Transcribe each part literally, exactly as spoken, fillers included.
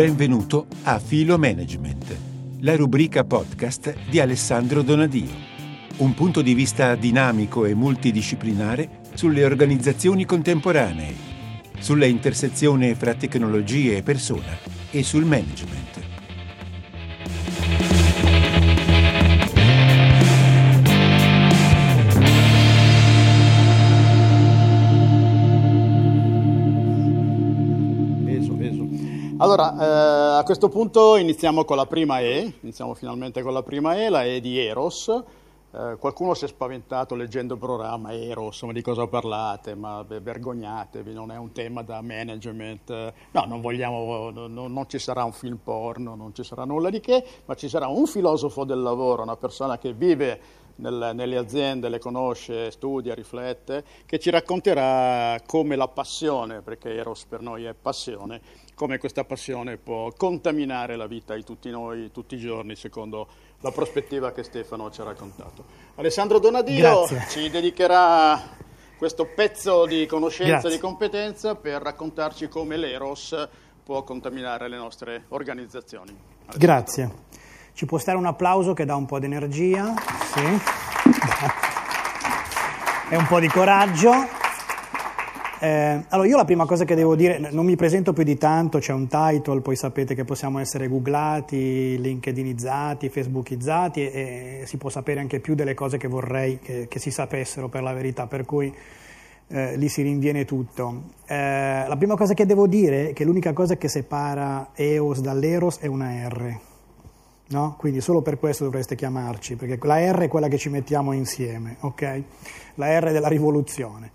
Benvenuto a Filo Management, la rubrica podcast di Alessandro Donadio. Un punto di vista dinamico e multidisciplinare sulle organizzazioni contemporanee, sulla intersezione fra tecnologie e persona e sul management. Allora, eh, a questo punto iniziamo con la prima E, iniziamo finalmente con la prima E, la E di Eros. Eh, qualcuno si è spaventato leggendo il programma Eros, ma di cosa parlate? Ma beh, vergognatevi, non è un tema da management. No, non vogliamo, no, non ci sarà un film porno, non ci sarà nulla di che, ma ci sarà un filosofo del lavoro, una persona che vive nel, nelle aziende, le conosce, studia, riflette, che ci racconterà come la passione, perché Eros per noi è passione, come questa passione può contaminare la vita di tutti noi, tutti i giorni, secondo la prospettiva che Stefano ci ha raccontato. Alessandro Donadio Grazie. Ci dedicherà questo pezzo di conoscenza e Grazie. di competenza per raccontarci come l'Eros può contaminare le nostre organizzazioni. Alessandro. Grazie. Ci può stare un applauso che dà un po' di energia, sì. E un po' di coraggio. Eh, allora io la prima cosa che devo dire, non mi presento più di tanto, c'è un title, poi sapete che possiamo essere googlati, linkedinizzati, facebookizzati e, e si può sapere anche più delle cose che vorrei che, che si sapessero, per la verità, per cui eh, lì si rinviene tutto. Eh, la prima cosa che devo dire è che l'unica cosa che separa E O S dall'Eros è una R, no? Quindi solo per questo dovreste chiamarci, perché la R è quella che ci mettiamo insieme, ok? La R della rivoluzione.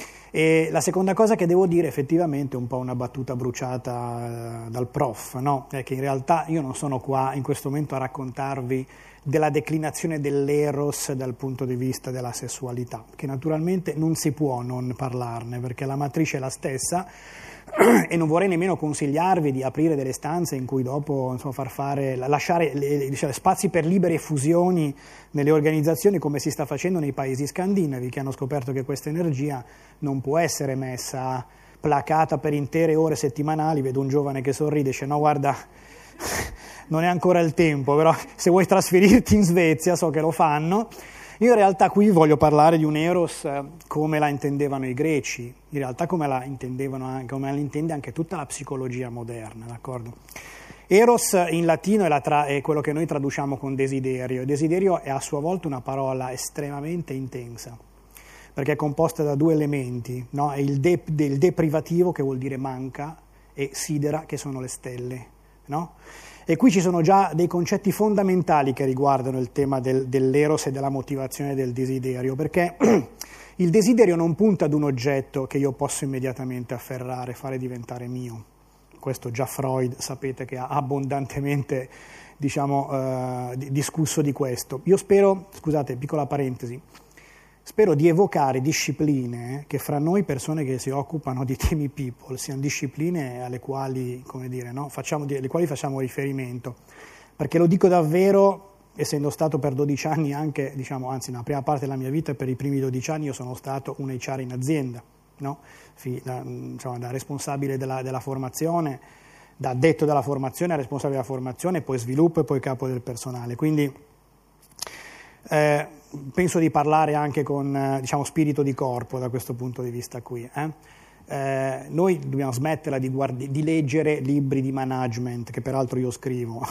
E la seconda cosa che devo dire, effettivamente, è un po' una battuta bruciata dal prof, no? È che in realtà io non sono qua in questo momento a raccontarvi della declinazione dell'eros dal punto di vista della sessualità, che naturalmente non si può non parlarne, perché la matrice è la stessa e non vorrei nemmeno consigliarvi di aprire delle stanze in cui dopo insomma, far fare, lasciare le, diciamo, spazi per libere fusioni nelle organizzazioni, come si sta facendo nei paesi scandinavi, che hanno scoperto che questa energia non può essere messa placata per intere ore settimanali. Vedo un giovane che sorride e dice no guarda non è ancora il tempo, però se vuoi trasferirti in Svezia so che lo fanno. Io in realtà qui voglio parlare di un Eros come la intendevano i greci, in realtà come la intendevano anche, come la intende anche tutta la psicologia moderna, d'accordo? Eros in latino è, la tra- è quello che noi traduciamo con desiderio. Desiderio è a sua volta una parola estremamente intensa, perché è composta da due elementi, no? È il, de- del deprivativo, che vuol dire manca, e sidera, che sono le stelle, no? E qui ci sono già dei concetti fondamentali che riguardano il tema del, dell'eros e della motivazione del desiderio, perché il desiderio non punta ad un oggetto che io posso immediatamente afferrare, fare diventare mio. Questo già Freud sapete che ha abbondantemente, diciamo, eh, discusso di questo. Io spero, scusate, piccola parentesi, spero di evocare discipline che fra noi persone che si occupano di temi people siano discipline alle quali, come dire, no, facciamo, alle quali facciamo riferimento, perché lo dico davvero, essendo stato per dodici anni anche, diciamo, anzi nella prima parte della mia vita, per i primi dodici anni io sono stato un H R in azienda, no? da, insomma, da responsabile della, della formazione, da addetto della formazione a responsabile della formazione, poi sviluppo e poi capo del personale, quindi Eh, penso di parlare anche con eh, diciamo, spirito di corpo da questo punto di vista qui. Eh? Eh, noi dobbiamo smetterla di, guardi- di leggere libri di management, che peraltro io scrivo,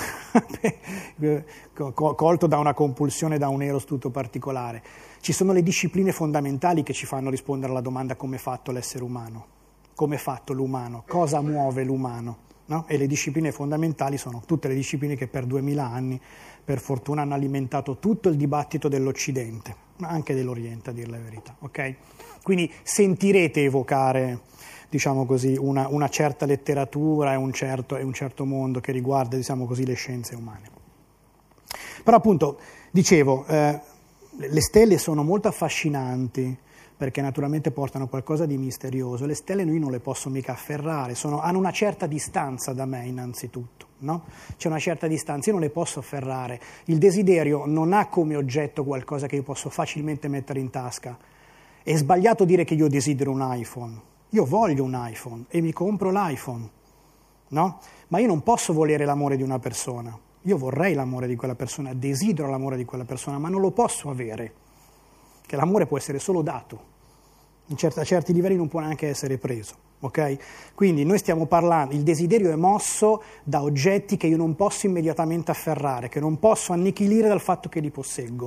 colto da una compulsione, da un eros tutto particolare. Ci sono le discipline fondamentali che ci fanno rispondere alla domanda come è fatto l'essere umano, come è fatto l'umano, cosa muove l'umano. No? E le discipline fondamentali sono tutte le discipline che per duemila anni, per fortuna, hanno alimentato tutto il dibattito dell'Occidente, ma anche dell'Oriente, a dir la verità. Okay? Quindi sentirete evocare, diciamo così, una, una certa letteratura e un certo, e un certo mondo che riguarda, diciamo così, le scienze umane. Però appunto, dicevo, eh, le stelle sono molto affascinanti, perché naturalmente portano qualcosa di misterioso. Le stelle noi non le posso mica afferrare, sono, hanno una certa distanza da me innanzitutto, no? C'è una certa distanza, io non le posso afferrare. Il desiderio non ha come oggetto qualcosa che io posso facilmente mettere in tasca. È sbagliato dire che io desidero un iPhone. Io voglio un iPhone e mi compro l'iPhone. no? Ma io non posso volere l'amore di una persona, io vorrei l'amore di quella persona, desidero l'amore di quella persona, ma non lo posso avere, che l'amore può essere solo dato, in certi, a certi livelli non può neanche essere preso, ok? Quindi noi stiamo parlando, il desiderio è mosso da oggetti che io non posso immediatamente afferrare, che non posso annichilire dal fatto che li posseggo,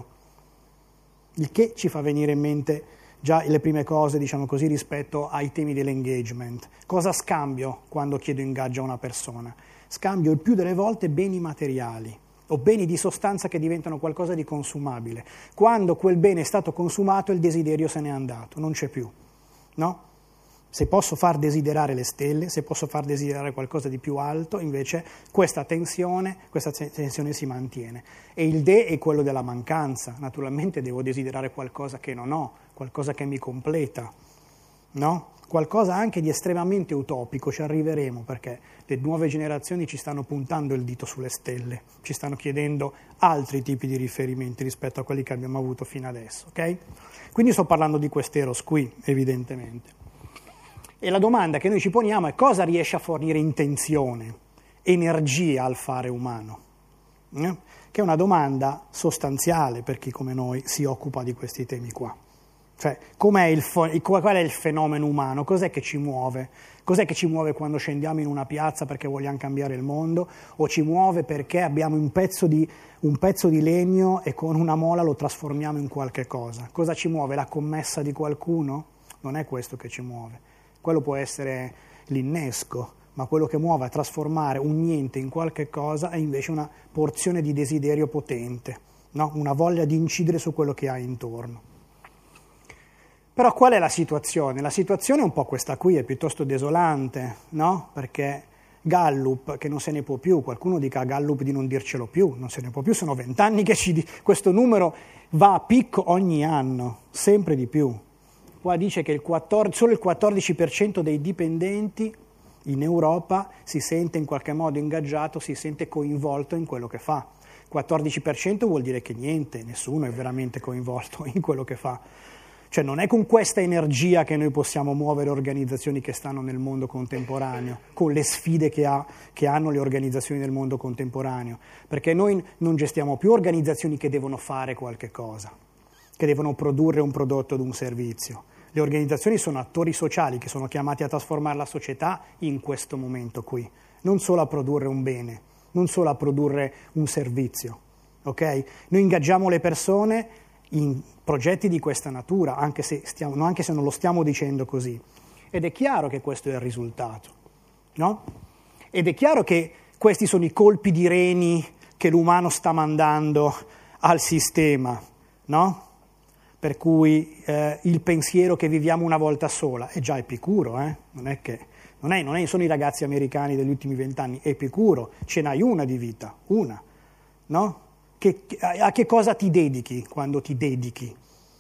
il che ci fa venire in mente già le prime cose, diciamo così, rispetto ai temi dell'engagement. Cosa scambio quando chiedo ingaggio a una persona? Scambio il più delle volte beni materiali o beni di sostanza che diventano qualcosa di consumabile. Quando quel bene è stato consumato il desiderio se n'è andato, non c'è più, no? Se posso far desiderare le stelle, se posso far desiderare qualcosa di più alto, invece questa tensione, questa tensione si mantiene. E il de è quello della mancanza. Naturalmente devo desiderare qualcosa che non ho, qualcosa che mi completa, no? Qualcosa anche di estremamente utopico, ci arriveremo, perché le nuove generazioni ci stanno puntando il dito sulle stelle, ci stanno chiedendo altri tipi di riferimenti rispetto a quelli che abbiamo avuto fino adesso, ok? Quindi sto parlando di quest'eros qui, evidentemente. E la domanda che noi ci poniamo è: cosa riesce a fornire intenzione, energia al fare umano? Eh? Che è una domanda sostanziale per chi come noi si occupa di questi temi qua. Cioè, com'è il fo- qual è il fenomeno umano? Cos'è che ci muove? Cos'è che ci muove quando scendiamo in una piazza perché vogliamo cambiare il mondo? O ci muove perché abbiamo un pezzo di, un pezzo di legno e con una mola lo trasformiamo in qualche cosa? Cosa ci muove? La commessa di qualcuno? Non è questo che ci muove. Quello può essere l'innesco, ma quello che muove a trasformare un niente in qualche cosa è invece una porzione di desiderio potente, no? Una voglia di incidere su quello che hai intorno. Però qual è la situazione? La situazione è un po' questa qui, è piuttosto desolante, no? Perché Gallup, che non se ne può più, qualcuno dica a Gallup di non dircelo più, non se ne può più, sono vent'anni che ci di... questo numero va a picco ogni anno, sempre di più. Qua dice che il quattordici, solo il quattordici per cento dei dipendenti in Europa si sente in qualche modo ingaggiato, si sente coinvolto in quello che fa. quattordici per cento vuol dire che niente, nessuno è veramente coinvolto in quello che fa. Cioè non è con questa energia che noi possiamo muovere organizzazioni che stanno nel mondo contemporaneo, con le sfide che, ha, che hanno le organizzazioni del mondo contemporaneo, perché noi non gestiamo più organizzazioni che devono fare qualche cosa, che devono produrre un prodotto o un servizio. Le organizzazioni sono attori sociali che sono chiamati a trasformare la società in questo momento qui, non solo a produrre un bene, non solo a produrre un servizio, ok? Noi ingaggiamo le persone in progetti di questa natura, anche se, stiamo, anche se non lo stiamo dicendo così. Ed è chiaro che questo è il risultato, no? Ed è chiaro che questi sono i colpi di reni che l'umano sta mandando al sistema, no? Per cui eh, il pensiero che viviamo una volta sola è già Epicuro, eh? non è che non, è, non è, sono i ragazzi americani degli ultimi vent'anni, Epicuro, ce n'hai una di vita, una, no? Che, a che cosa ti dedichi quando ti dedichi?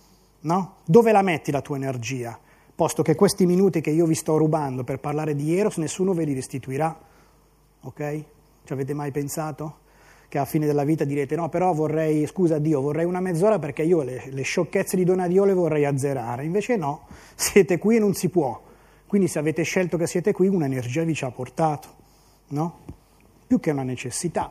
No? Dove la metti la tua energia? Posto che questi minuti che io vi sto rubando per parlare di Eros, nessuno ve li restituirà, ok? Ci avete mai pensato? Che alla fine della vita direte no, però vorrei, scusa Dio, vorrei una mezz'ora perché io le, le sciocchezze di Donadio le vorrei azzerare. Invece no, siete qui e non si può. Quindi se avete scelto che siete qui, un'energia vi ci ha portato, no? Più che una necessità.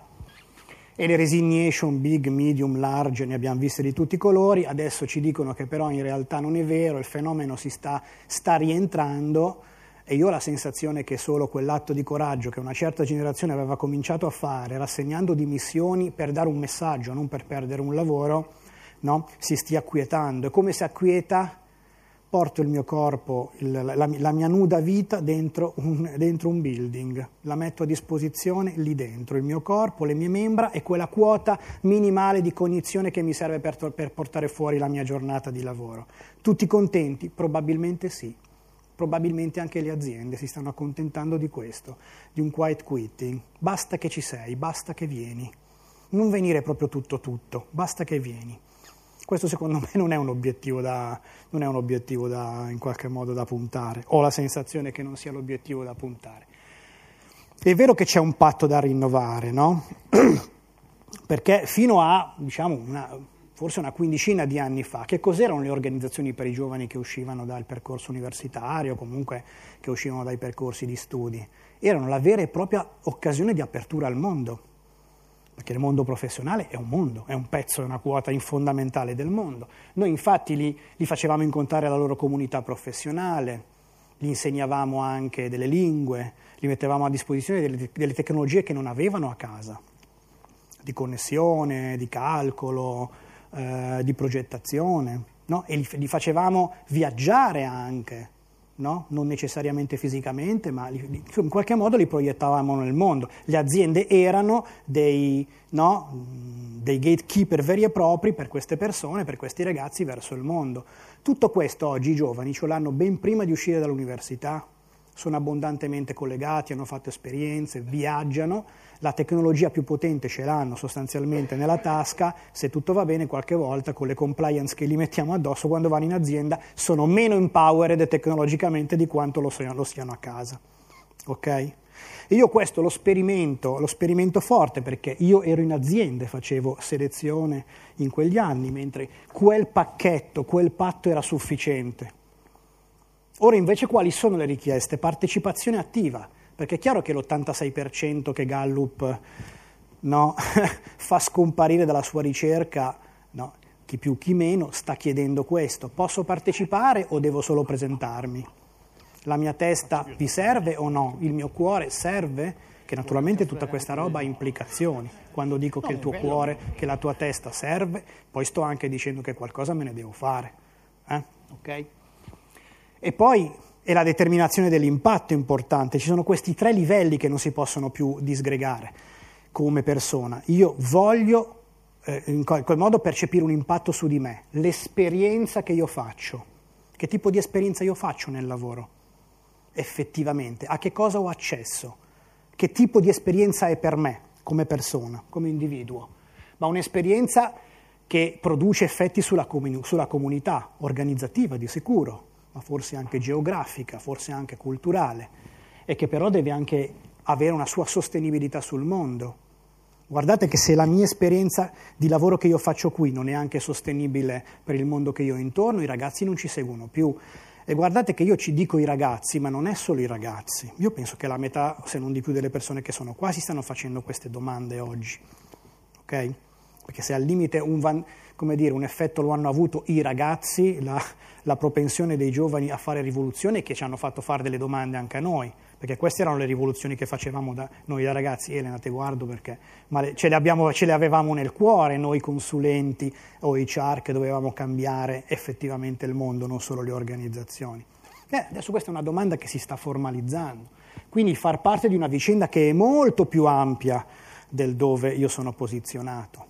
E le resignation, big, medium, large, ne abbiamo viste di tutti i colori, adesso ci dicono che però in realtà non è vero, il fenomeno si sta, sta rientrando, e io ho la sensazione che solo quell'atto di coraggio che una certa generazione aveva cominciato a fare, rassegnando dimissioni per dare un messaggio, non per perdere un lavoro, no? Si stia acquietando. E come si acquieta? Porto il mio corpo, il, la, la mia nuda vita dentro un, dentro un building, la metto a disposizione lì dentro, il mio corpo, le mie membra e quella quota minimale di cognizione che mi serve per, per portare fuori la mia giornata di lavoro. Tutti contenti? Probabilmente sì. Probabilmente anche le aziende si stanno accontentando di questo, di un quiet quitting. Basta che ci sei, basta che vieni. Non venire proprio tutto tutto, basta che vieni. Questo secondo me non è un obiettivo da, non è un obiettivo da, in qualche modo da puntare. Ho la sensazione che non sia l'obiettivo da puntare. È vero che c'è un patto da rinnovare, no? Perché fino a, diciamo, una, forse una quindicina di anni fa, che cos'erano le organizzazioni per i giovani che uscivano dal percorso universitario, comunque che uscivano dai percorsi di studi? Erano la vera e propria occasione di apertura al mondo, perché il mondo professionale è un mondo, è un pezzo, è una quota fondamentale del mondo. Noi infatti li, li facevamo incontrare alla loro comunità professionale, gli insegnavamo anche delle lingue, li mettevamo a disposizione delle, delle tecnologie che non avevano a casa, di connessione, di calcolo, eh, di progettazione, no? E li, li facevamo viaggiare anche, no? Non necessariamente fisicamente, ma li, li, in qualche modo li proiettavamo nel mondo. Le aziende erano dei, no? dei gatekeeper veri e propri per queste persone, per questi ragazzi verso il mondo. Tutto questo oggi i giovani ce l'hanno ben prima di uscire dall'università, sono abbondantemente collegati, hanno fatto esperienze, viaggiano, la tecnologia più potente ce l'hanno sostanzialmente nella tasca, se tutto va bene qualche volta con le compliance che li mettiamo addosso quando vanno in azienda sono meno empowered tecnologicamente di quanto lo siano, lo siano a casa. Ok? E io questo lo sperimento, lo sperimento forte perché io ero in azienda e facevo selezione in quegli anni, mentre quel pacchetto, quel patto era sufficiente. Ora invece quali sono le richieste? Partecipazione attiva, perché è chiaro che l'ottantasei per cento che Gallup no, fa scomparire dalla sua ricerca, no, chi più chi meno, sta chiedendo questo. Posso partecipare o devo solo presentarmi? La mia testa vi serve o no? Il mio cuore serve? Che naturalmente tutta questa roba ha implicazioni. Quando dico che il tuo cuore, che la tua testa serve, poi sto anche dicendo che qualcosa me ne devo fare. Eh? Ok? E poi è la determinazione dell'impatto importante. Ci sono questi tre livelli che non si possono più disgregare come persona. Io voglio eh, in quel modo percepire un impatto su di me, l'esperienza che io faccio. Che tipo di esperienza io faccio nel lavoro? Effettivamente, a che cosa ho accesso, che tipo di esperienza è per me come persona, come individuo, ma un'esperienza che produce effetti sulla, comun- sulla comunità organizzativa di sicuro, ma forse anche geografica, forse anche culturale, e che però deve anche avere una sua sostenibilità sul mondo. Guardate che se la mia esperienza di lavoro che io faccio qui non è anche sostenibile per il mondo che io ho intorno, i ragazzi non ci seguono più. E guardate che io ci dico i ragazzi, ma non è solo i ragazzi. Io penso che la metà, se non di più, delle persone che sono qua si stanno facendo queste domande oggi. Ok? Perché se al limite un, van, come dire, un effetto lo hanno avuto i ragazzi, la, la propensione dei giovani a fare rivoluzione che ci hanno fatto fare delle domande anche a noi. Perché queste erano le rivoluzioni che facevamo da, noi da ragazzi. Elena, te guardo perché ma le, ce, le abbiamo, ce le avevamo nel cuore noi consulenti o H R che dovevamo cambiare effettivamente il mondo, non solo le organizzazioni. Eh, adesso questa è una domanda che si sta formalizzando. Quindi far parte di una vicenda che è molto più ampia del dove io sono posizionato.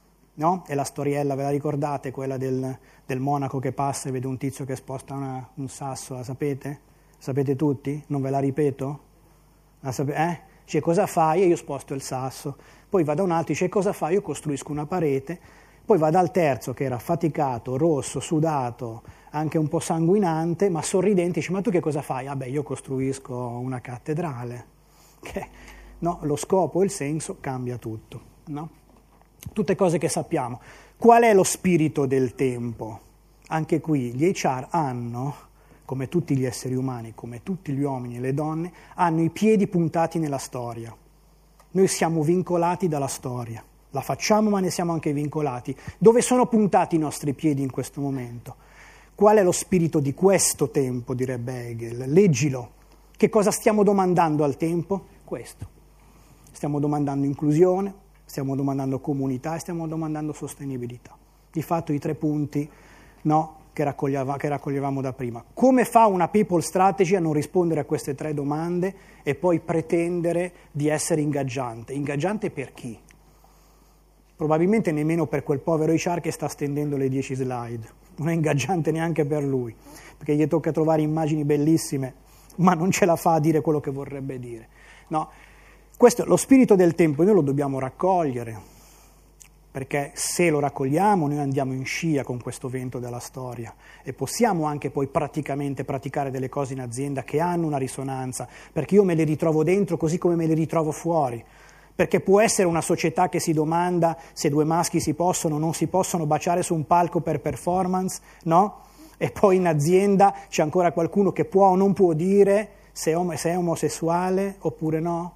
No? E la storiella, ve la ricordate? Quella del, del monaco che passa e vede un tizio che sposta una, un sasso, la sapete? Sapete tutti? Non ve la ripeto? La sape- eh? Dice cosa fai? E io sposto il sasso. Poi va da un altro, dice cosa fai? Io costruisco una parete. Poi va dal terzo che era affaticato, rosso, sudato, anche un po' sanguinante, ma sorridente, dice ma tu che cosa fai? Ah beh, io costruisco una cattedrale. Che, no? Lo scopo e il senso cambia tutto. No? Tutte cose che sappiamo. Qual è lo spirito del tempo? Anche qui gli H R hanno, come tutti gli esseri umani, come tutti gli uomini e le donne, hanno i piedi puntati nella storia. Noi siamo vincolati dalla storia, la facciamo ma ne siamo anche vincolati. Dove sono puntati i nostri piedi in questo momento? Qual è lo spirito di questo tempo, direbbe Hegel? Leggilo. Che cosa stiamo domandando al tempo? Questo. Stiamo domandando inclusione, stiamo domandando comunità e stiamo domandando sostenibilità. Di fatto i tre punti, no? Che, raccoglieva, che raccoglievamo da prima. Come fa una people strategy a non rispondere a queste tre domande e poi pretendere di essere ingaggiante? Ingaggiante per chi? Probabilmente nemmeno per quel povero H R che sta stendendo le dieci slide. Non è ingaggiante neanche per lui, perché gli tocca trovare immagini bellissime, ma non ce la fa a dire quello che vorrebbe dire. No, questo è lo spirito del tempo e noi lo dobbiamo raccogliere. Perché se lo raccogliamo noi andiamo in scia con questo vento della storia e possiamo anche poi praticamente praticare delle cose in azienda che hanno una risonanza, perché io me le ritrovo dentro così come me le ritrovo fuori, perché può essere una società che si domanda se due maschi si possono o non si possono baciare su un palco per performance, no? E poi in azienda c'è ancora qualcuno che può o non può dire se è, om- se è omosessuale oppure no?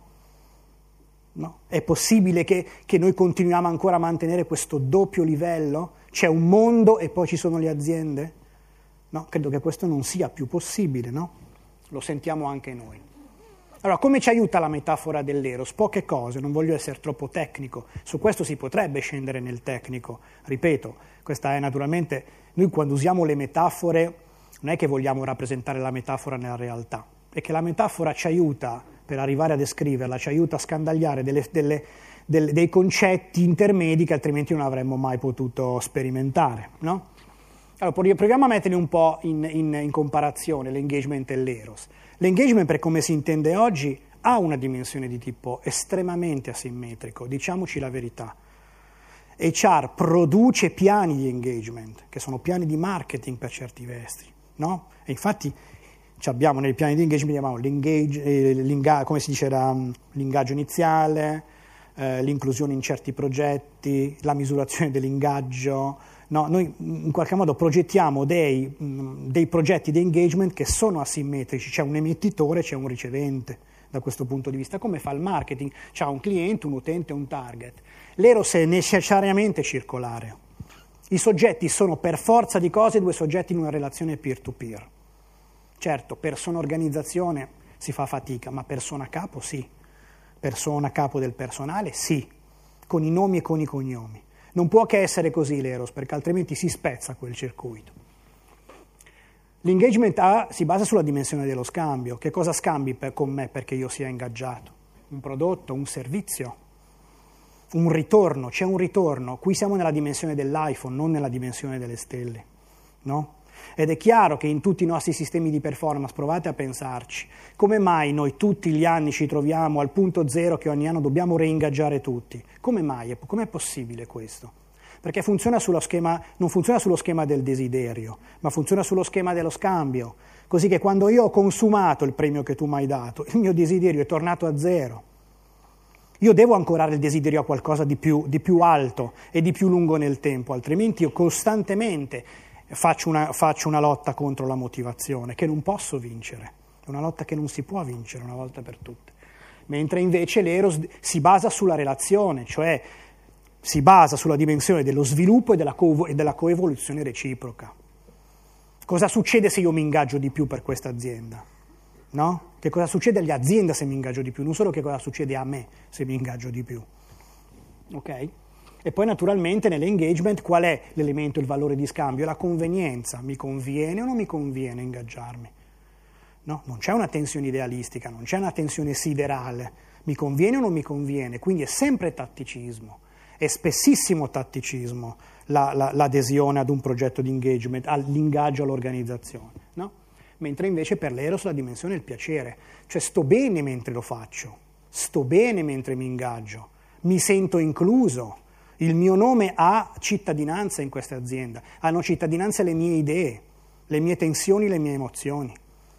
No? È possibile che, che noi continuiamo ancora a mantenere questo doppio livello? C'è un mondo e poi ci sono le aziende? No, credo che questo non sia più possibile, no? Lo sentiamo anche noi. Allora, come ci aiuta la metafora dell'eros? Poche cose, non voglio essere troppo tecnico, su questo si potrebbe scendere nel tecnico, ripeto, questa è naturalmente, noi quando usiamo le metafore non è che vogliamo rappresentare la metafora nella realtà, è che la metafora ci aiuta, per arrivare a descriverla, ci aiuta a scandagliare delle, delle, delle, dei concetti intermedi che altrimenti non avremmo mai potuto sperimentare, no? Allora, proviamo a metterli un po' in, in, in comparazione, l'engagement e l'eros. L'engagement, per come si intende oggi, ha una dimensione di tipo estremamente asimmetrico, diciamoci la verità. H R produce piani di engagement, che sono piani di marketing per certi versi, no? E infatti abbiamo nei piani di engagement, chiamiamo l'engage, eh, come si dice, la, l'ingaggio iniziale, eh, l'inclusione in certi progetti, la misurazione dell'ingaggio. No, noi in qualche modo progettiamo dei, dei progetti di engagement che sono asimmetrici, c'è un emettitore, c'è un ricevente da questo punto di vista. Come fa il marketing? C'ha un cliente, un utente, un target. L'eros è necessariamente circolare. I soggetti sono per forza di cose due soggetti in una relazione peer-to-peer. Certo, persona-organizzazione si fa fatica, ma persona-capo sì. Persona-capo del personale sì, con i nomi e con i cognomi. Non può che essere così l'eros, perché altrimenti si spezza quel circuito. L'engagement A si basa sulla dimensione dello scambio. Che cosa scambi per, con me perché io sia ingaggiato? Un prodotto, un servizio, un ritorno, c'è un ritorno. Qui siamo nella dimensione dell'iPhone, non nella dimensione delle stelle, no? Ed è chiaro che in tutti i nostri sistemi di performance, provate a pensarci, come mai noi tutti gli anni ci troviamo al punto zero che ogni anno dobbiamo reingaggiare tutti? Come mai? Com'è possibile questo? Perché funziona sullo schema, non funziona sullo schema del desiderio, ma funziona sullo schema dello scambio, così che quando io ho consumato il premio che tu mi hai dato, il mio desiderio è tornato a zero. Io devo ancorare il desiderio a qualcosa di più, di più alto e di più lungo nel tempo, altrimenti io costantemente Faccio una, faccio una lotta contro la motivazione, che non posso vincere, è una lotta che non si può vincere una volta per tutte. Mentre invece l'eros si basa sulla relazione, cioè si basa sulla dimensione dello sviluppo e della, co- e della coevoluzione reciproca. Cosa succede se io mi ingaggio di più per questa azienda? No? Che cosa succede alle aziende se mi ingaggio di più? Non solo che cosa succede a me se mi ingaggio di più. Ok? E poi naturalmente nell'engagement qual è l'elemento, il valore di scambio? La convenienza. Mi conviene o non mi conviene ingaggiarmi? No, non c'è una tensione idealistica, non c'è una tensione siderale. Mi conviene o non mi conviene? Quindi è sempre tatticismo, è spessissimo tatticismo la, la, l'adesione ad un progetto di engagement, all'ingaggio all'organizzazione, no? Mentre invece per l'eros la dimensione è il piacere, cioè sto bene mentre lo faccio, sto bene mentre mi ingaggio, mi sento incluso. Il mio nome ha cittadinanza in questa azienda, hanno cittadinanza le mie idee, le mie tensioni, le mie emozioni.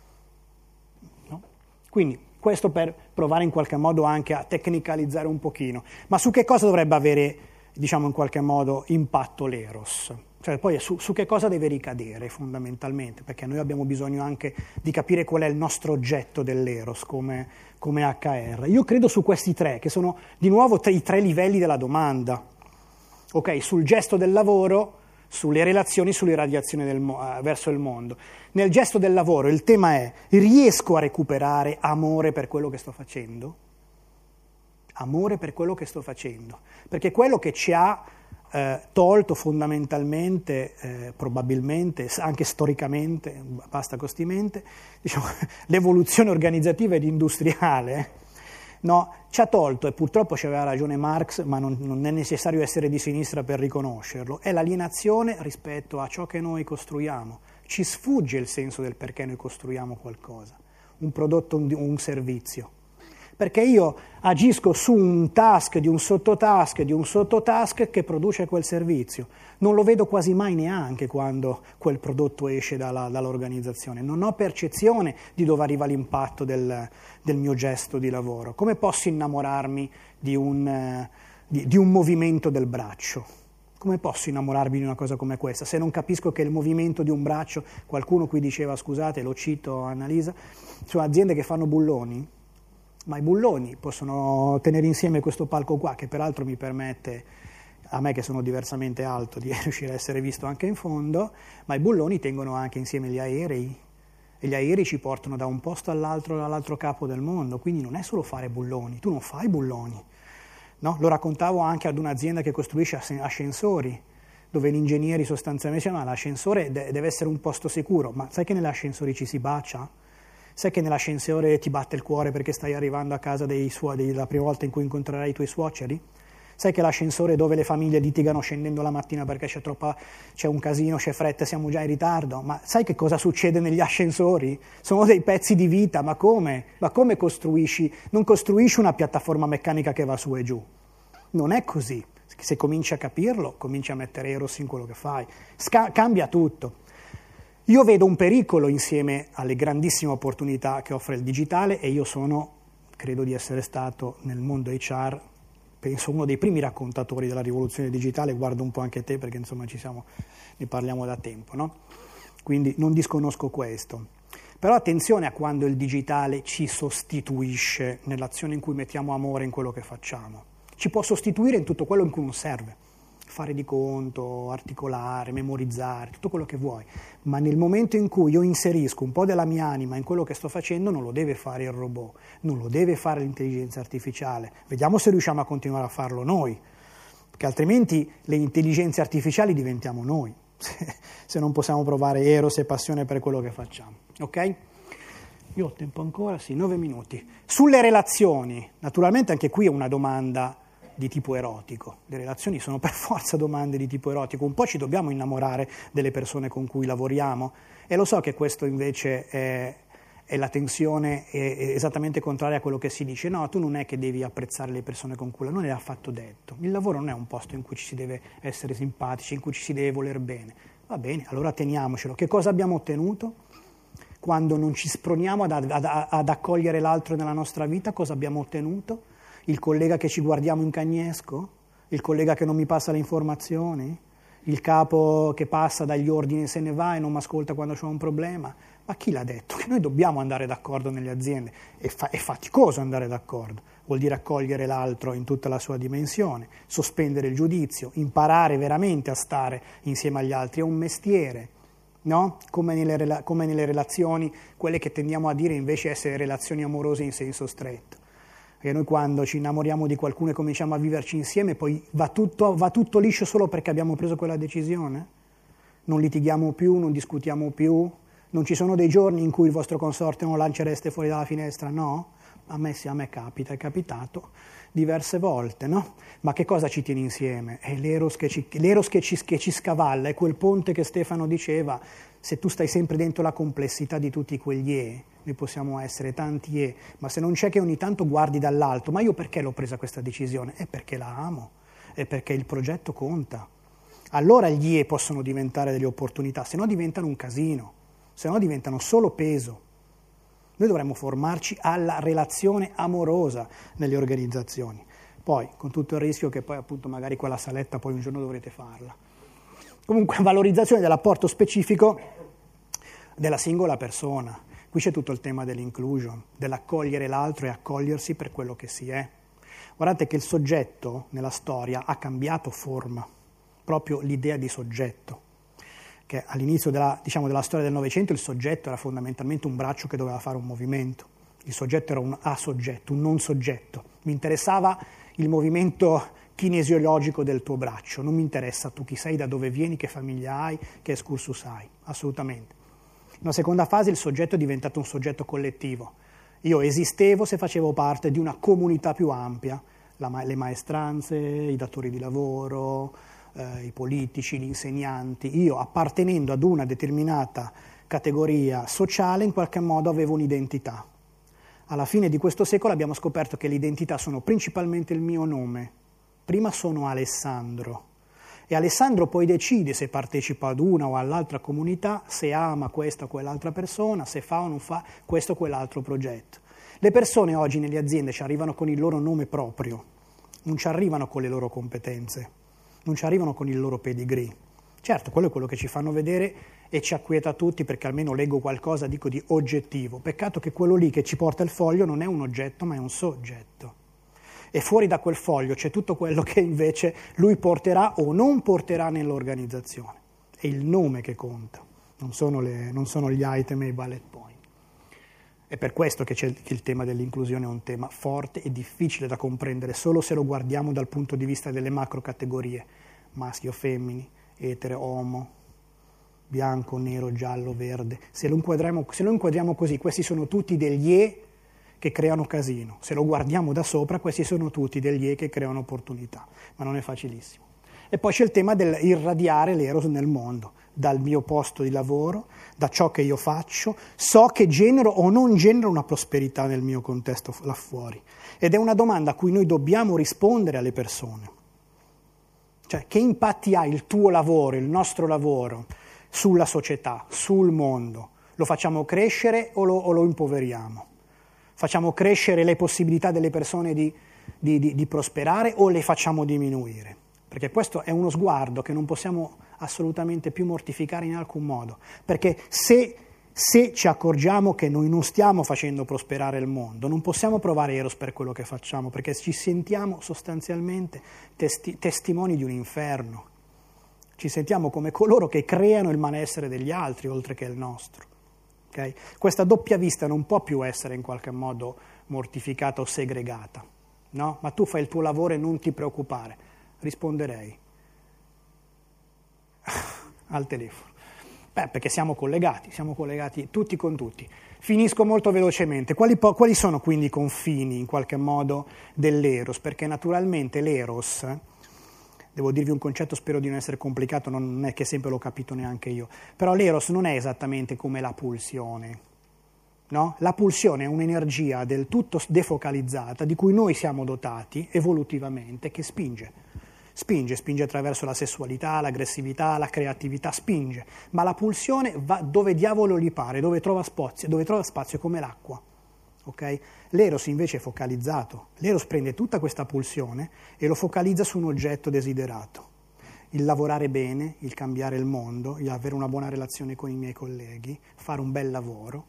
No? Quindi questo per provare in qualche modo anche a tecnicalizzare un pochino. Ma su che cosa dovrebbe avere, diciamo in qualche modo, impatto l'eros? Cioè poi su, su che cosa deve ricadere fondamentalmente? Perché noi abbiamo bisogno anche di capire qual è il nostro oggetto dell'eros come, come H R. Io credo su questi tre, che sono di nuovo i tre livelli della domanda. Ok, sul gesto del lavoro, sulle relazioni, sull'irradiazione del mo- verso il mondo. Nel gesto del lavoro il tema è: riesco a recuperare amore per quello che sto facendo? Amore per quello che sto facendo. Perché quello che ci ha eh, tolto fondamentalmente, eh, probabilmente, anche storicamente, basta costimente, diciamo, l'evoluzione organizzativa ed industriale, no, ci ha tolto, e purtroppo ci aveva ragione Marx, ma non, non è necessario essere di sinistra per riconoscerlo, è l'alienazione rispetto a ciò che noi costruiamo. Ci sfugge il senso del perché noi costruiamo qualcosa, un prodotto, un, un servizio. perché io agisco su un task, di un sottotask, di un sottotask che produce quel servizio. Non lo vedo quasi mai neanche quando quel prodotto esce dalla, dall'organizzazione. Non ho percezione di dove arriva l'impatto del, del mio gesto di lavoro. Come posso innamorarmi di un, eh, di, di un movimento del braccio? Come posso innamorarmi di una cosa come questa se non capisco che il movimento di un braccio, qualcuno qui diceva, scusate, lo cito Annalisa, sono aziende che fanno bulloni, ma i bulloni possono tenere insieme questo palco qua, che peraltro mi permette, a me che sono diversamente alto, di riuscire a essere visto anche in fondo, ma i bulloni tengono anche insieme gli aerei, e gli aerei ci portano da un posto all'altro, all'altro capo del mondo, quindi non è solo fare bulloni, tu non fai bulloni. No? Lo raccontavo anche ad un'azienda che costruisce ascensori, dove gli ingegneri sostanzialmente dicono: ma l'ascensore deve essere un posto sicuro, ma sai che negli ascensori ci si bacia? Sai che nell'ascensore ti batte il cuore perché stai arrivando a casa dei suoi, la prima volta in cui incontrerai i tuoi suoceri? Sai che l'ascensore dove le famiglie litigano scendendo la mattina perché c'è troppa, c'è un casino, c'è fretta, siamo già in ritardo? Ma sai che cosa succede negli ascensori? Sono dei pezzi di vita, ma come? Ma come costruisci? Non costruisci una piattaforma meccanica che va su e giù. Non è così. Se cominci a capirlo, cominci a mettere Eros in quello che fai. Sca- cambia tutto. Io vedo un pericolo insieme alle grandissime opportunità che offre il digitale, e io sono, credo di essere stato nel mondo H R, penso uno dei primi raccontatori della rivoluzione digitale, guardo un po' anche te perché insomma ci siamo, ne parliamo da tempo, no? Quindi non disconosco questo. Però attenzione a quando il digitale ci sostituisce nell'azione in cui mettiamo amore in quello che facciamo. Ci può sostituire in tutto quello in cui non serve. Fare di conto, articolare, memorizzare, tutto quello che vuoi, ma nel momento in cui io inserisco un po' della mia anima in quello che sto facendo, non lo deve fare il robot, non lo deve fare l'intelligenza artificiale. Vediamo se riusciamo a continuare a farlo noi, perché altrimenti le intelligenze artificiali diventiamo noi, se non possiamo provare eros e passione per quello che facciamo. Ok? Io ho tempo ancora? Sì, nove minuti. Sulle relazioni, naturalmente anche qui è una domanda di tipo erotico. Le relazioni sono per forza domande di tipo erotico. Un po' ci dobbiamo innamorare delle persone con cui lavoriamo, e lo so che questo invece è, è la tensione è, è esattamente contraria a quello che si dice. No, tu non è che devi apprezzare le persone con cui lavori, non è affatto detto. Il lavoro non è un posto in cui ci si deve essere simpatici, in cui ci si deve voler bene. Va bene, allora teniamocelo. Che cosa abbiamo ottenuto? Quando non ci sproniamo ad, ad, ad accogliere l'altro nella nostra vita, cosa abbiamo ottenuto? Il collega che ci guardiamo in cagnesco? Il collega che non mi passa le informazioni? Il capo che passa dagli ordini e se ne va e non mi ascolta quando c'è un problema? Ma chi l'ha detto? Che noi dobbiamo andare d'accordo nelle aziende. È, fa- è faticoso andare d'accordo. Vuol dire accogliere l'altro in tutta la sua dimensione, sospendere il giudizio, imparare veramente a stare insieme agli altri. È un mestiere, no? Come nelle, rela- come nelle relazioni, quelle che tendiamo a dire invece essere relazioni amorose in senso stretto. Perché noi quando ci innamoriamo di qualcuno e cominciamo a viverci insieme, poi va tutto, va tutto liscio solo perché abbiamo preso quella decisione? Non litighiamo più, non discutiamo più? Non ci sono dei giorni in cui il vostro consorte non lancereste fuori dalla finestra? No? A me sì, a me capita, è capitato diverse volte, no? Ma che cosa ci tiene insieme? È l'eros che ci, l'eros che ci, che ci scavalla, è quel ponte che Stefano diceva: se tu stai sempre dentro la complessità di tutti quegli e, noi possiamo essere tanti e, ma se non c'è che ogni tanto guardi dall'alto, ma io perché l'ho presa questa decisione? È perché la amo, è perché il progetto conta. Allora gli e possono diventare delle opportunità, se no diventano un casino, se no diventano solo peso. Noi dovremmo formarci alla relazione amorosa nelle organizzazioni, poi con tutto il rischio che poi appunto magari quella saletta poi un giorno dovrete farla. Comunque valorizzazione dell'apporto specifico della singola persona. Qui c'è tutto il tema dell'inclusion, dell'accogliere l'altro e accogliersi per quello che si è. Guardate che il soggetto nella storia ha cambiato forma, proprio l'idea di soggetto, che all'inizio della, diciamo, della storia del Novecento il soggetto era fondamentalmente un braccio che doveva fare un movimento. Il soggetto era un asoggetto, un non soggetto. Mi interessava il movimento kinesiologico del tuo braccio, non mi interessa tu chi sei, da dove vieni, che famiglia hai, che excursus hai, assolutamente. In una seconda fase il soggetto è diventato un soggetto collettivo. Io esistevo se facevo parte di una comunità più ampia, la ma- le maestranze, i datori di lavoro, eh, i politici, gli insegnanti. Io, appartenendo ad una determinata categoria sociale, in qualche modo avevo un'identità. Alla fine di questo secolo abbiamo scoperto che le identità sono principalmente il mio nome. Prima sono Alessandro. E Alessandro poi decide se partecipa ad una o all'altra comunità, se ama questa o quell'altra persona, se fa o non fa questo o quell'altro progetto. Le persone oggi nelle aziende ci arrivano con il loro nome proprio, non ci arrivano con le loro competenze, non ci arrivano con il loro pedigree. Certo, quello è quello che ci fanno vedere e ci acquieta tutti, perché almeno leggo qualcosa, dico, di oggettivo. Peccato che quello lì che ci porta il foglio non è un oggetto, ma è un soggetto. E fuori da quel foglio c'è tutto quello che invece lui porterà o non porterà nell'organizzazione. È il nome che conta, non sono, le, non sono gli item e i bullet point. È per questo che, c'è, che il tema dell'inclusione è un tema forte e difficile da comprendere solo se lo guardiamo dal punto di vista delle macro categorie, maschio, femmini, etere, homo, bianco, nero, giallo, verde. Se lo inquadriamo, se lo inquadriamo così, questi sono tutti degli E che creano casino. Se lo guardiamo da sopra, questi sono tutti degli E che creano opportunità, ma non è facilissimo. E poi c'è il tema del irradiare l'eros nel mondo, dal mio posto di lavoro, da ciò che io faccio, so che genero o non genero una prosperità nel mio contesto là fuori. Ed è una domanda a cui noi dobbiamo rispondere alle persone. Cioè, che impatti ha il tuo lavoro, il nostro lavoro, sulla società, sul mondo? Lo facciamo crescere o lo, o lo impoveriamo? Facciamo crescere le possibilità delle persone di, di, di, di prosperare o le facciamo diminuire? Perché questo è uno sguardo che non possiamo assolutamente più mortificare in alcun modo. Perché se, se ci accorgiamo che noi non stiamo facendo prosperare il mondo, non possiamo provare eros per quello che facciamo, perché ci sentiamo sostanzialmente testi, testimoni di un inferno. Ci sentiamo come coloro che creano il malessere degli altri oltre che il nostro. Okay? Questa doppia vista non può più essere in qualche modo mortificata o segregata, no? Ma tu fai il tuo lavoro e non ti preoccupare. Risponderei al telefono. Beh, perché siamo collegati, siamo collegati tutti con tutti. Finisco molto velocemente. Quali, po- quali sono quindi i confini, in qualche modo, dell'eros? Perché naturalmente l'eros, devo dirvi un concetto, spero di non essere complicato, non è che sempre l'ho capito neanche io, però l'eros non è esattamente come la pulsione, no? La pulsione è un'energia del tutto defocalizzata, di cui noi siamo dotati evolutivamente, che spinge. Spinge, spinge attraverso la sessualità, l'aggressività, la creatività, spinge. Ma la pulsione va dove diavolo gli pare, dove trova spazio, dove trova spazio come l'acqua. Okay? L'eros invece è focalizzato. L'eros prende tutta questa pulsione e lo focalizza su un oggetto desiderato. Il lavorare bene, il cambiare il mondo, il avere una buona relazione con i miei colleghi, fare un bel lavoro.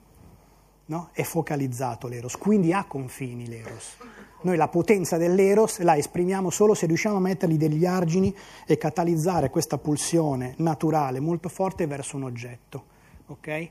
No? È focalizzato l'eros, quindi ha confini l'eros. Noi la potenza dell'eros la esprimiamo solo se riusciamo a mettergli degli argini e catalizzare questa pulsione naturale molto forte verso un oggetto. Okay?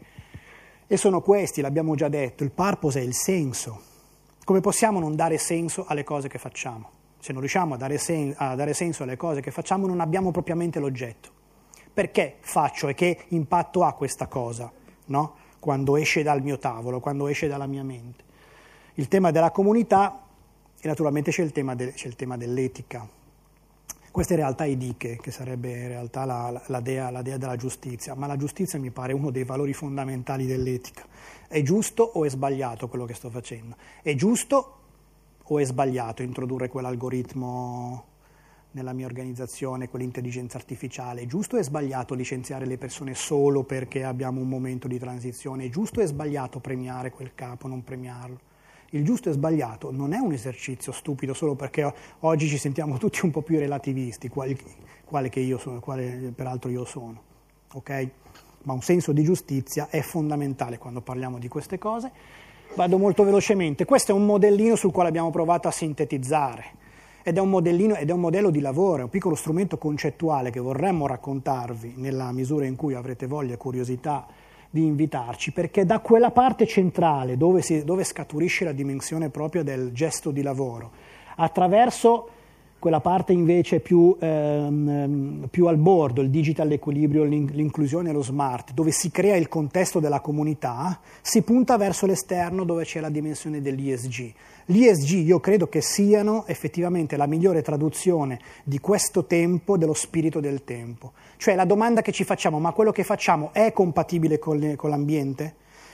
E sono questi, l'abbiamo già detto, il purpose è il senso. Come possiamo non dare senso alle cose che facciamo? Se non riusciamo a dare, sen- a dare senso alle cose che facciamo, non abbiamo propriamente l'oggetto. Perché faccio e che impatto ha questa cosa, no? Quando esce dal mio tavolo, quando esce dalla mia mente. Il tema della comunità e naturalmente c'è il tema, de- c'è il tema dell'etica. Questa in realtà è Dike, che sarebbe in realtà la, la, la, dea, la dea della giustizia, ma la giustizia mi pare uno dei valori fondamentali dell'etica. È giusto o è sbagliato quello che sto facendo? È giusto o è sbagliato introdurre quell'algoritmo nella mia organizzazione, quell'intelligenza artificiale? È giusto o è sbagliato licenziare le persone solo perché abbiamo un momento di transizione? È giusto o è sbagliato premiare quel capo, non premiarlo? Il giusto e sbagliato non è un esercizio stupido solo perché oggi ci sentiamo tutti un po' più relativisti, quale, quale che io sono, quale peraltro io sono, ok? Ma un senso di giustizia è fondamentale quando parliamo di queste cose. Vado molto velocemente. Questo è un modellino sul quale abbiamo provato a sintetizzare ed è un modellino ed è un modello di lavoro, è un piccolo strumento concettuale che vorremmo raccontarvi nella misura in cui avrete voglia e curiosità di invitarci, perché da quella parte centrale dove, si, dove scaturisce la dimensione propria del gesto di lavoro, attraverso quella parte invece più, ehm, più al bordo, il digital, l'equilibrio, l'inclusione e lo smart, dove si crea il contesto della comunità, si punta verso l'esterno dove c'è la dimensione dell'E S G. L'E S G io credo che siano effettivamente la migliore traduzione di questo tempo, dello spirito del tempo. Cioè la domanda che ci facciamo, ma quello che facciamo è compatibile con, le, con l'ambiente?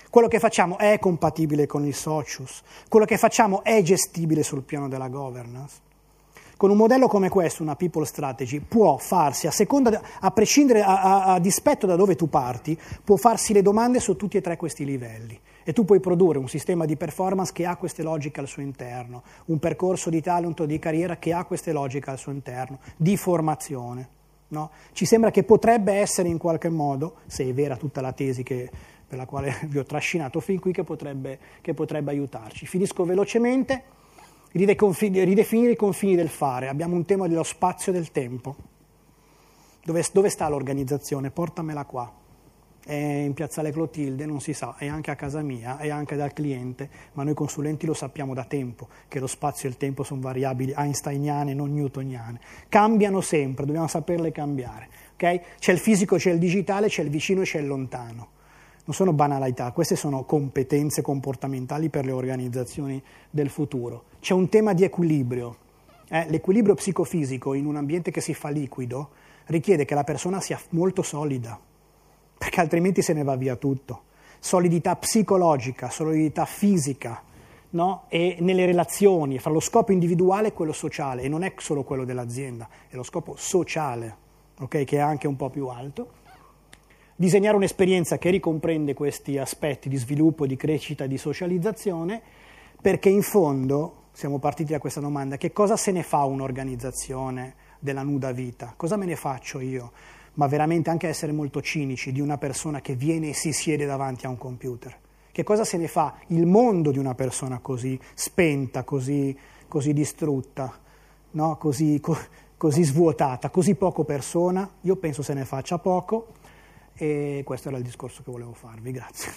Quello che facciamo è compatibile con il socius, quello che facciamo è gestibile sul piano della governance. Con un modello come questo, una people strategy, può farsi, a seconda, a prescindere, a, a, a dispetto da dove tu parti, può farsi le domande su tutti e tre questi livelli. E tu puoi produrre un sistema di performance che ha queste logiche al suo interno, un percorso di talento, di carriera che ha queste logiche al suo interno, di formazione. No? Ci sembra che potrebbe essere in qualche modo, se è vera tutta la tesi che, per la quale vi ho trascinato fin qui, che potrebbe, che potrebbe aiutarci. Finisco velocemente. Ridefinire i confini del fare. Abbiamo un tema dello spazio e del tempo. Dove, dove sta l'organizzazione? Portamela qua. È in Piazzale Clotilde, non si sa, è anche a casa mia, è anche dal cliente, ma noi consulenti lo sappiamo da tempo, che lo spazio e il tempo sono variabili einsteiniane, non newtoniane. Cambiano sempre, dobbiamo saperle cambiare. Okay? C'è il fisico, c'è il digitale, c'è il vicino e c'è il lontano. Non sono banalità, queste sono competenze comportamentali per le organizzazioni del futuro. C'è un tema di equilibrio. Eh, l'equilibrio psicofisico in un ambiente che si fa liquido richiede che la persona sia molto solida, perché altrimenti se ne va via tutto. Solidità psicologica, solidità fisica, no? E nelle relazioni, fra lo scopo individuale e quello sociale, e non è solo quello dell'azienda, è lo scopo sociale, okay? Che è anche un po' più alto. Disegnare un'esperienza che ricomprende questi aspetti di sviluppo, di crescita, di socializzazione, perché in fondo, siamo partiti da questa domanda, che cosa se ne fa un'organizzazione della nuda vita? Cosa me ne faccio io? Ma veramente anche essere molto cinici di una persona che viene e si siede davanti a un computer. Che cosa se ne fa il mondo di una persona così spenta, così, così distrutta, no? così, co- così svuotata, così poco persona? Io penso se ne faccia poco. E questo era il discorso che volevo farvi, grazie.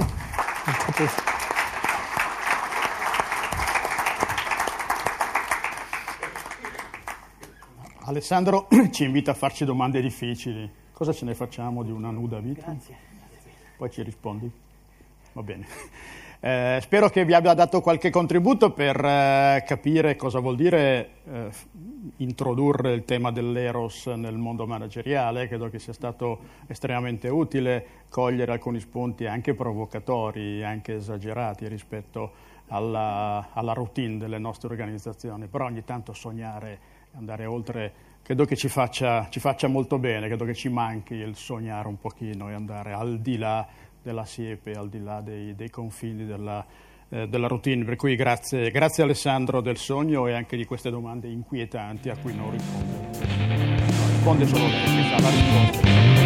Alessandro ci invita a farci domande difficili. Cosa ce ne facciamo di una nuda vita? Grazie. Poi ci rispondi? Va bene. Eh, spero che vi abbia dato qualche contributo per eh, capire cosa vuol dire eh, introdurre il tema dell'Eros nel mondo manageriale. Credo che sia stato estremamente utile cogliere alcuni spunti anche provocatori, anche esagerati rispetto alla, alla routine delle nostre organizzazioni, però ogni tanto sognare, andare oltre, credo che ci faccia, ci faccia molto bene, credo che ci manchi il sognare un pochino e andare al di là della siepe, al di là dei, dei confini della, eh, della routine. Per cui grazie, grazie Alessandro del sogno e anche di queste domande inquietanti a cui non risponde. No, risponde solo lei, che sa la risposta.